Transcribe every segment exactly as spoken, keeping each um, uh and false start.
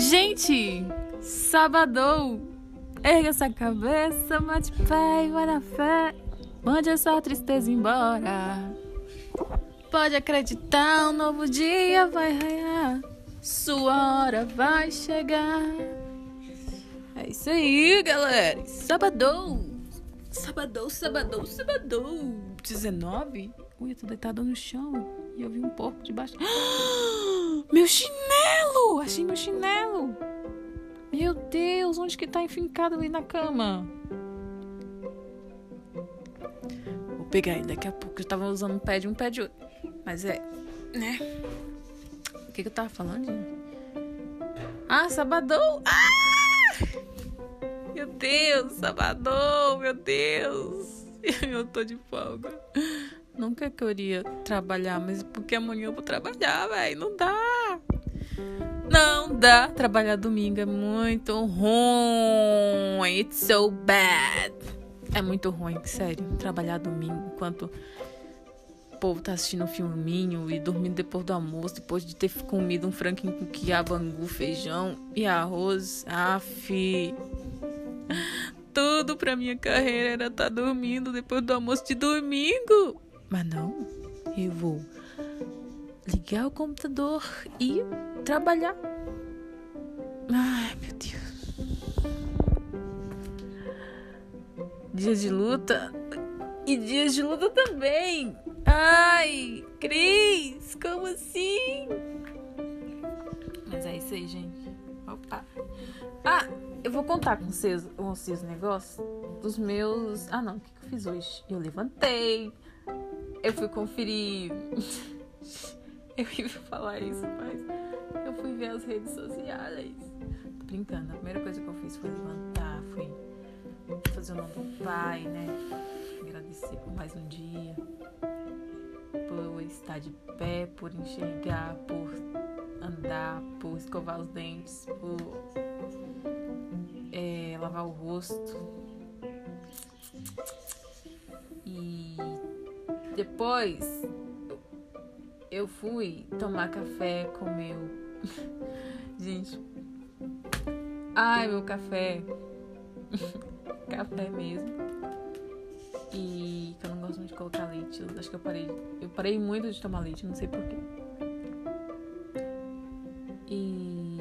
Gente, sabadão, erga essa cabeça, mate pé e vai na fé, mande essa tristeza embora. Pode acreditar, um novo dia vai raiar, sua hora vai chegar. É isso aí, galera, sabadão, sabadão, sabadão, sabadão, dezenove. Ui, eu tô deitada no chão e eu vi um porco debaixo. Meu chinelo! Achei meu chinelo! Meu Deus, onde que tá enfincado ali na cama? Vou pegar ele daqui a pouco. Eu tava usando um pé de um pé de outro. Mas é, né? O que que eu tava falando, gente? Ah, sabadão! Ah! Meu Deus, sabadão! Meu Deus! Eu tô de folga. Nunca que eu iria trabalhar, mas porque amanhã eu vou trabalhar, velho. Não dá. Não dá. Trabalhar domingo é muito ruim. It's so bad. É muito ruim, sério. Trabalhar domingo enquanto o povo tá assistindo um filminho e dormindo depois do almoço, depois de ter comido um franguinho com quiabo, angu, feijão e arroz. Aff. Tudo pra minha carreira era estar dormindo depois do almoço de domingo. Mas não, eu vou ligar o computador e trabalhar. Ai, meu Deus. Dias de luta e dias de luta também. Ai, Cris, como assim? Mas é isso aí, gente. Opa. Ah, eu vou contar com vocês, com vocês o negócio dos meus... Ah, não, o que eu fiz hoje? Eu levantei... Eu fui conferir... Eu ia falar isso, mas... Eu fui ver as redes sociais. Tô brincando. A primeira coisa que eu fiz foi levantar. Fui fazer o nome do pai, né? Agradecer por mais um dia. Por estar de pé, por enxergar, por andar, por escovar os dentes, por é, lavar o rosto. E... Depois, eu fui tomar café com meu... Gente. Ai, meu café. Café mesmo. E que eu não gosto muito de colocar leite. Eu acho que eu parei. Eu parei muito de tomar leite, não sei porquê. E...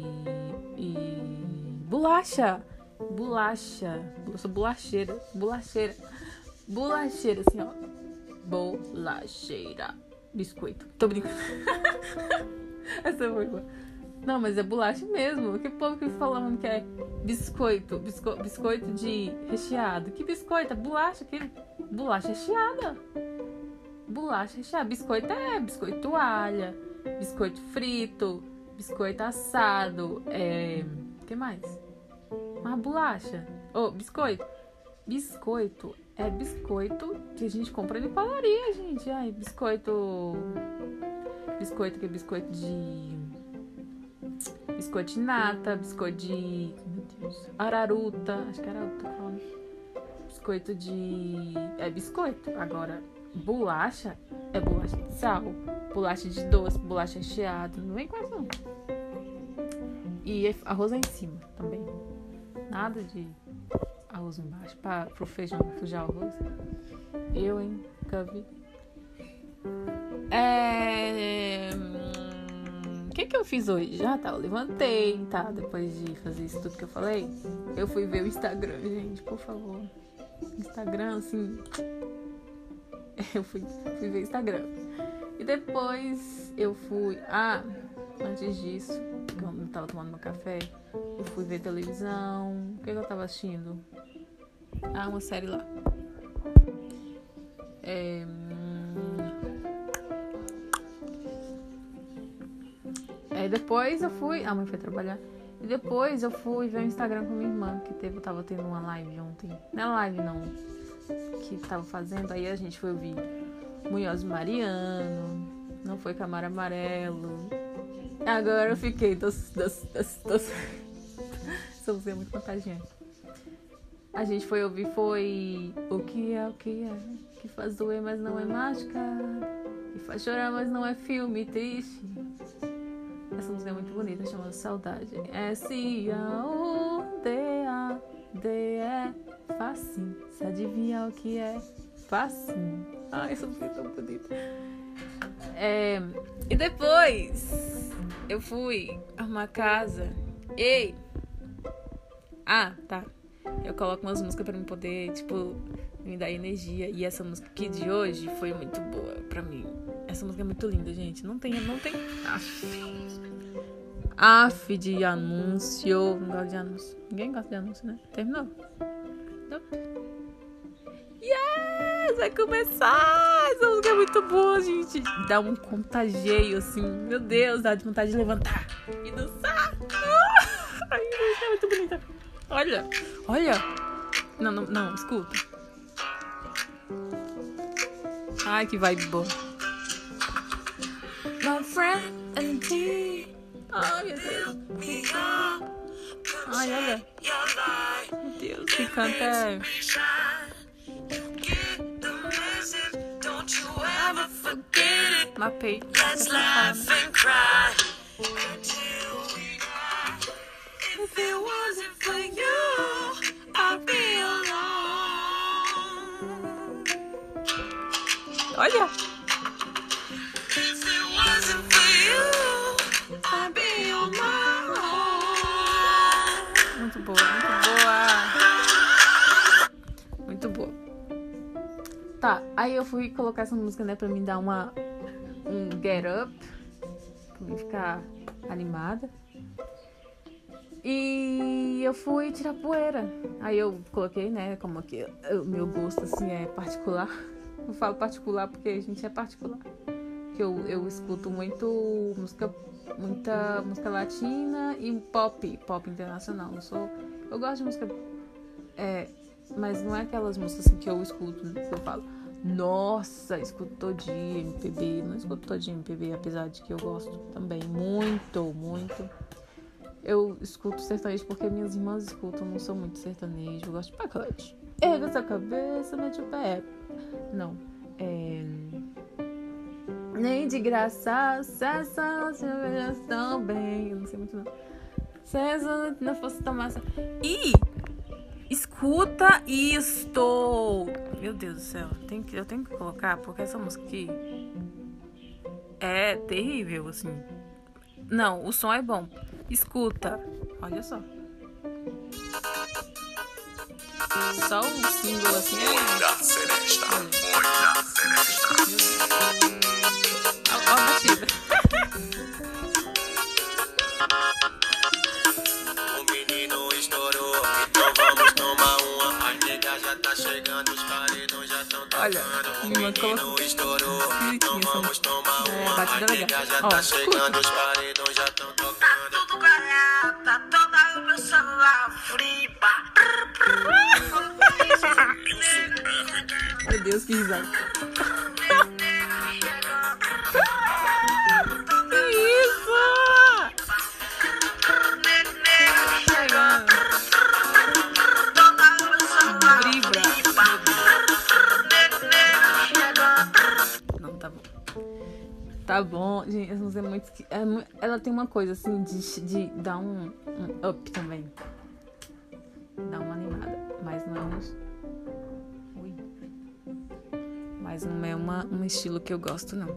E... Bolacha. Bolacha. Eu sou bolacheira. Bolacheira. Bolacheira, assim, ó. Bolacheira. Biscoito. Tô brincando. Essa foi boa. Não, mas é bolacha mesmo. Que povo que falando que é biscoito. Bisco... Biscoito de recheado. Que biscoito? É bolacha. Que... Bolacha recheada. Bolacha recheada. Biscoito é biscoito toalha. Biscoito frito. Biscoito assado. É... O que mais? Uma bolacha. Oh, biscoito. Biscoito é biscoito que a gente compra de padaria, gente. Ai, biscoito... Biscoito que é biscoito de... Biscoito de nata, biscoito de... Meu Deus. Araruta. Acho que é araruta falando. Biscoito de... É biscoito. Agora, bolacha é bolacha de sal. Bolacha de doce, bolacha recheada. Não vem com essa, não. E arroz lá em cima também. Nada de... arroz embaixo, para pro feijão sujar o arroz. Eu, hein? Nunca vi. É... O que que eu fiz hoje? Já tá, eu levantei, tá? Depois de fazer isso tudo que eu falei, eu fui ver o Instagram, gente, por favor. Instagram, assim... Eu fui, fui ver o Instagram. E depois eu fui... Ah, antes disso, quando eu tava tomando meu café, eu fui ver televisão. O que que eu tava assistindo? Ah, uma série lá. É... Aí depois eu fui... A mãe foi trabalhar. E depois eu fui ver o Instagram com minha irmã, que teve, eu tava tendo uma live ontem. Não é live, não. Que tava fazendo. Aí a gente foi ouvir Munhoz Mariano. Não foi Camaro Amarelo. Agora eu fiquei... Dos, dos, dos, dos. Somos muito contagiante. A gente foi ouvir, foi... O que é, o que é? Que faz doer, mas não é mágica. Que faz chorar, mas não é filme triste. essa música é muito bonita, chama Saudade. S A U D A D E, facinho. Se adivinhar o que é, facinho. Ai, essa música é tão bonita. É, e depois eu fui arrumar casa. Ei! Ah, tá. Eu coloco umas músicas pra me poder, tipo, me dar energia. E essa música aqui de hoje foi muito boa pra mim. Essa música é muito linda, gente. Não tem, não tem... Aff. Aff de anúncio. Não gosto de anúncio. Ninguém gosta de anúncio, né? Terminou? Nope. Yes! Vai começar! Essa música é muito boa, gente. Dá um contageio, assim. Meu Deus, dá de vontade de levantar e dançar. Ai, a música é muito bonita. Olha, olha. Não, não, não, escuta. Ai, que vibe boa. My friend and me. Ai, meu Deus. Ai, olha. Meu Deus, que canta é... Mapei. Let's laugh and cry until we die. If it wasn't for you, I'd be alone. Olha. If it wasn't for you, I'd be on my own. Muito boa, muito boa. Muito boa. Tá, aí eu fui colocar essa música, né, pra me dar uma um get up, pra mim ficar animada. E eu fui tirar poeira. Aí eu coloquei, né, como que o meu gosto, assim, é particular. Eu falo particular porque a gente é particular. Que eu, eu escuto muito música, muita música latina e pop, pop internacional. Eu, sou, eu gosto de música, é, mas não é aquelas músicas assim, que eu escuto, que eu falo, nossa, escuto todinho M P B. Não escuto todinho M P B, apesar de que eu gosto também muito, muito. Eu escuto sertanejo porque minhas irmãs escutam, não sou muito sertanejo, eu gosto de pacote. Erga essa cabeça, mete o pé. Não, é... Nem de graça, cessa, se veja tão bem. Eu não sei muito não. Cessa, não fosse tão massa. E escuta isto. Meu Deus do céu, tem que, eu tenho que colocar, porque essa música aqui é terrível, assim. Não, o som é bom. Escuta. Olha só. Só o símbolo assim é... Muita seresta, muita seresta. Olha a batida. O menino estourou, então vamos tomar uma. A nega já tá chegando, os paredões já tão tocando. Olha, o menino menino estourou, então essa- vamos tomar É, uma. a batida A é nega legal. já Ó, tá escuta. chegando, os paredões já tão tocando. Tudo ganhado, tá toda o meu celular friba. Meu Deus, que risada. Que isso? Chegando. Vibra. Não, tá bom. Tá bom, gente, essa música é muito... esqui- é mu- ela tem uma coisa, assim, de, de dar um, um up também. Dá uma animada. Mas não é um... Ui. Mas não é uma, um estilo que eu gosto, não.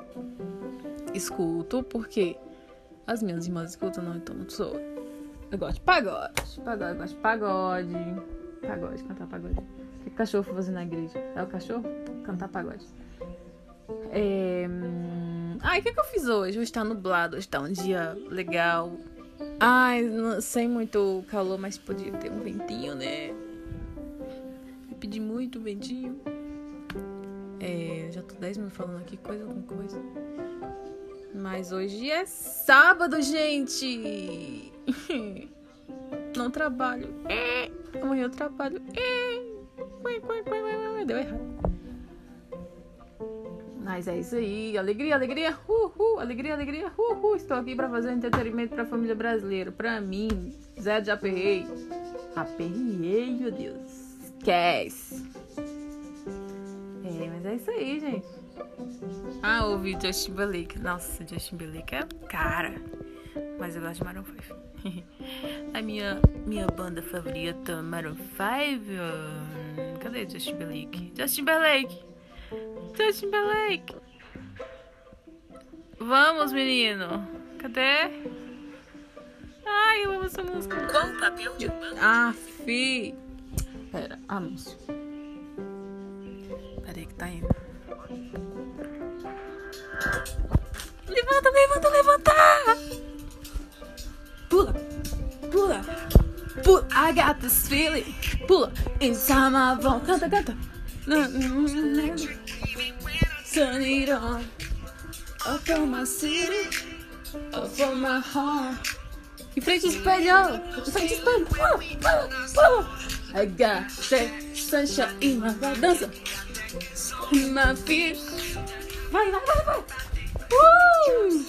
Escuto porque as minhas irmãs escutam, não, então não sou. Eu gosto de pagode. Pagode, eu gosto de pagode. Pagode, cantar pagode. O que o cachorro foi fazer na igreja? É o cachorro? Cantar pagode. É... hum, Ai, o que, que eu fiz hoje? Hoje tá nublado, hoje tá um dia legal. Ai, não, sem muito calor, mas podia ter um ventinho, né? Eu pedi muito ventinho. É, já tô dez minutos falando aqui, coisa, alguma coisa. Mas hoje é sábado, gente! Não trabalho. É. Amanhã eu trabalho. É. Deu errado. Mas é isso aí. Alegria, alegria. Uhul. Alegria, alegria. Uhul. Estou aqui pra fazer entretenimento pra família brasileira. Pra mim. Zé, já aperrei. Aperriei, meu Deus. Esquece. É, mas é isso aí, gente. Ah, ouvi Justin Timberlake. Nossa, Justin Timberlake é cara. Mas eu gosto de Maroon five. A minha, minha banda favorita, Maroon five. Uh, cadê Justin Timberlake? Justin Timberlake! Justin Timberlake! Vamos, menino! Cadê? Ai, eu amo essa música. Qual o papel de banda? Ah, fi! Pera, anúncio. Pera aí que tá indo. Levanta, levanta, levanta! Pula, pula, pula. I got this feeling. Pula, inside my bone. Canta, canta. Turn it on. Up on my city, up on my home. Em frente ao espelho, em frente ao espelho. Pula, pula, pula. I got that sunshine in my life. Dança. In my feet. Vai, vai, vai, vai. Uh!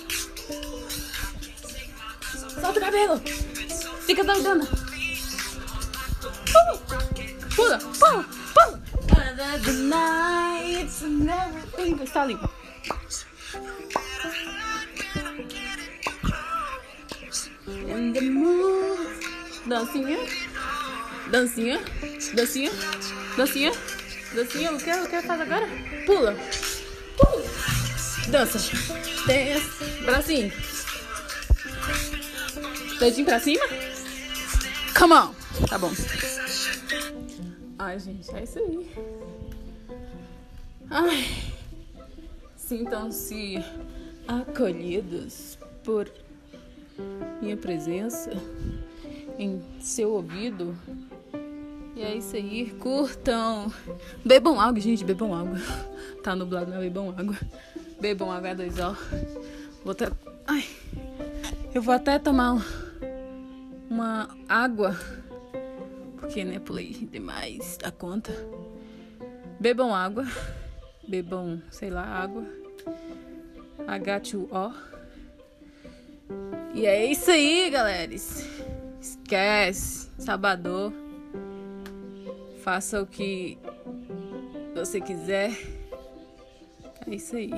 Solta o cabelo. Fica doidona. Pula, pula, pula, pula. Under the nights and everything. Está limpo. In the mood. Dancinha. Dancinha. Dancinha. Dancinha. Dancinha. O que eu quero fazer agora? Pula. Pula. Dança. Dance. Bracinho. Dedinho pra cima. Come on. Tá bom. Ai, gente, é isso aí. Ai. Sintam-se acolhidos por minha presença em seu ouvido. E é isso aí. Curtam. Bebam água, gente. Bebam água. Tá nublado, mas bebam água. Bebam água H dois O. Vou até... Ai. Eu vou até tomar uma água. Porque, né, pulei demais da conta. Bebam água. Bebam, sei lá, água. H dois O. E é isso aí, galera. Esquece. Sabadão. Faça o que você quiser. É isso aí.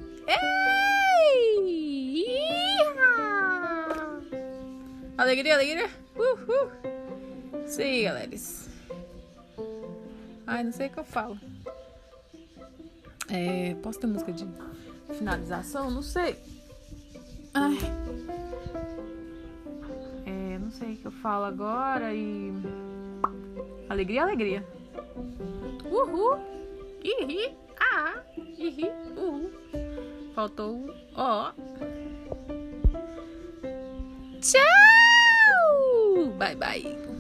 Ei! Iha! Alegria, alegria. Uhul. Isso aí, galera. Ai, não sei o que eu falo. É, posso ter música de finalização? Não sei. Ai. É, não sei o que eu falo agora e... Alegria, alegria. Uhul. Ihi. Ah. Ihi. Uhul. Faltou o ó. Tchau. Bye, bye.